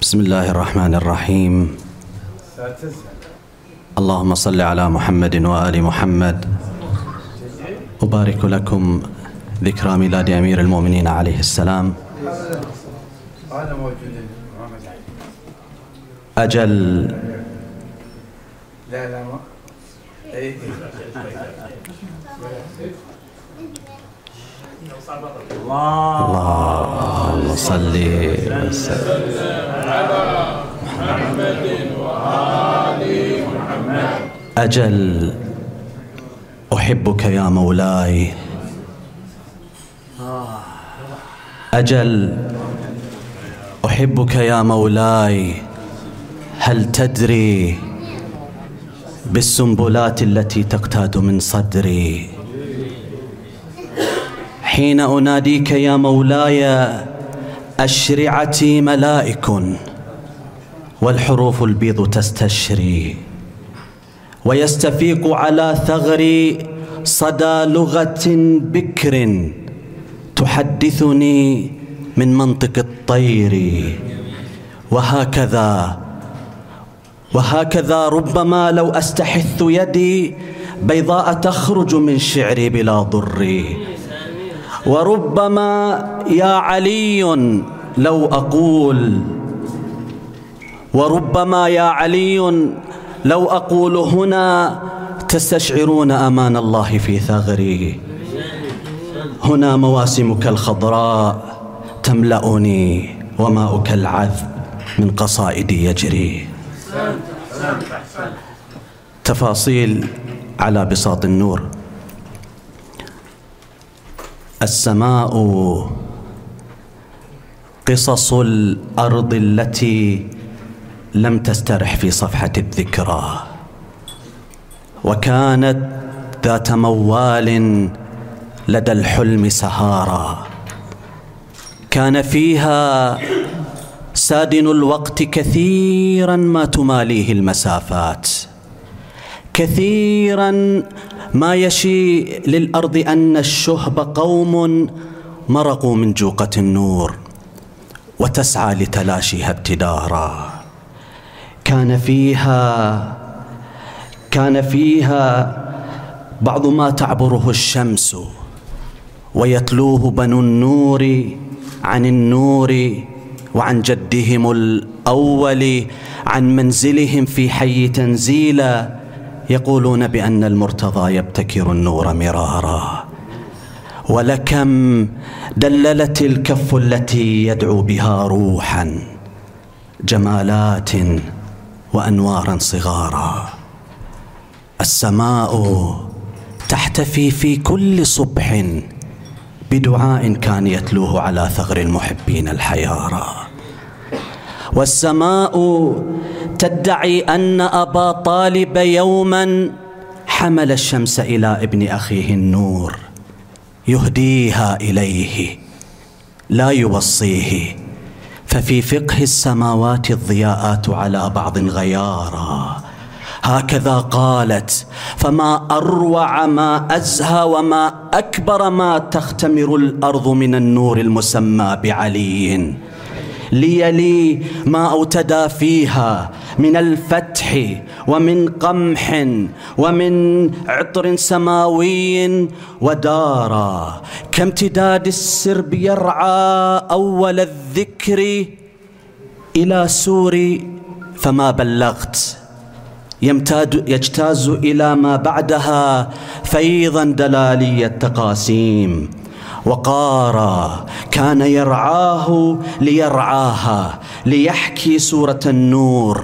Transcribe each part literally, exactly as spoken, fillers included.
بسم الله الرحمن الرحيم. اللهم صل على محمد وآل محمد. أبارك لكم ذكرى ميلاد أمير المؤمنين عليه السلام. أجل لا لا ما اللهم صل وسلم على محمد وآل محمد. أجل أحبك يا مولاي، أجل أحبك يا مولاي. هل تدري بالسنبلات التي تقتاد من صدري حين أناديك يا مولاي؟ أشرعتي ملائك والحروف البيض تستشري، ويستفيق على ثغري صدى لغة بكر تحدثني من منطق الطير. وهكذا وهكذا ربما لو أستحث يدي بيضاء تخرج من شعري بلا ضر. وربما يا علي لو أقول وربما يا علي لو أقول هنا تستشعرون أمان الله في ثغري. هنا مواسمك الخضراء تملأني وماؤك العذب من قصائدي يجري. تفاصيل على بساط النور. السماء قصص الأرض التي لم تسترح في صفحة الذكرى، وكانت ذات موال لدى الحلم سهارا. كان فيها سادن الوقت كثيرا ما تماليه المسافات، كثيرا ما يشي للأرض أن الشهب قوم مرقوا من جوقة النور وتسعى لتلاشيها ابتدارا. كان فيها كان فيها بعض ما تعبره الشمس ويتلوه بنو النور عن النور وعن جدهم الأول عن منزلهم في حي تنزيلا، يقولون بأن المرتضى يبتكر النور مرارا. ولكم دللت الكف التي يدعو بها روحا جمالات وأنوارا صغارا. السماء تحتفي في كل صبح بدعاء كان يتلوه على ثغر المحبين الحيارى. والسماء تدعي أن أبا طالب يوما حمل الشمس إلى ابن أخيه النور يهديها إليه لا يوصيه. ففي فقه السماوات الضياءات على بعض غيارا. هكذا قالت: فما أروع ما أزهى وما أكبر ما تختمر الأرض من النور المسمى بعلي. لي لي ما أوتدى فيها من الفتح ومن قمح ومن عطر سماوي ودارا. كامتداد السرب يرعى أول الذكر إلى سور فما بلغت، يمتاد يجتاز إلى ما بعدها فيضا دلالي التقاسيم. وقارا كان يرعاه ليرعاها ليحكي سورة النور.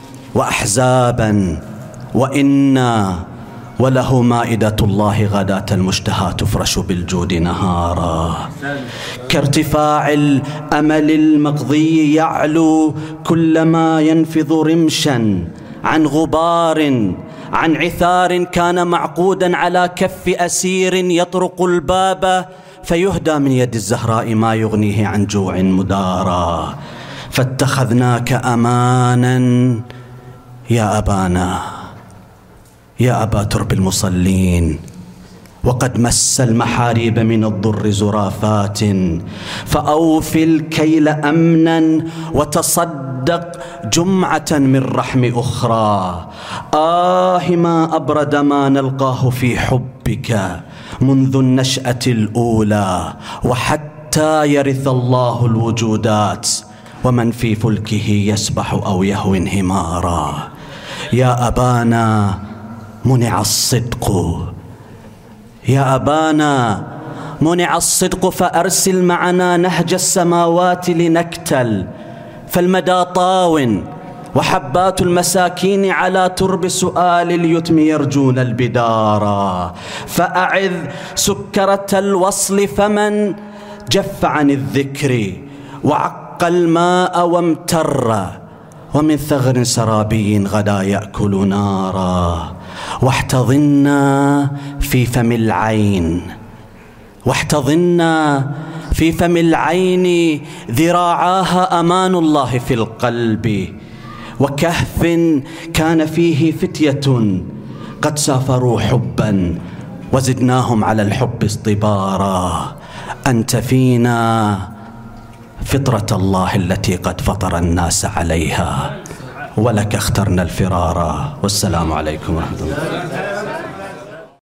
وأحزابا وإنا وله مائدة الله غداة المشتهى تفرش بالجود نهارا. كارتفاع الأمل المقضي يعلو كلما ينفض رمشا عن غبار عن عثار كان معقودا على كف أسير يطرق الباب فيهدى من يد الزهراء ما يغنيه عن جوع مدارا. فاتخذناك أمانا يا أبانا يا أبا ترب المصلين، وقد مس المحاريب من الضر زرافات، فأوفي الكيل أمنا وتصدق تصدق جمعة من رحم أخرى. آه ما أبرد ما نلقاه في حبك منذ النشأة الأولى وحتى يرث الله الوجودات ومن في فلكه يسبح أو يهوي انهمارا. يا أبانا منع الصدق، يا أبانا منع الصدق فأرسل معنا نهج السماوات لنكتل، فالمدى طاو وحبات المساكين على ترب سؤال اليتم يرجون البدارا. فأعذ سكرة الوصل فمن جف عن الذكر وعق الماء وامتر، ومن ثغر سرابي غدا يأكل نارا. واحتضنا في فم العين، واحتضنا في فم العين ذراعاها أمان الله في القلب. وكهف كان فيه فتية قد سافروا حبا وزدناهم على الحب اصطبارا. أنت فينا فطرة الله التي قد فطر الناس عليها، ولك اخترنا الفرارا. والسلام عليكم ورحمة الله.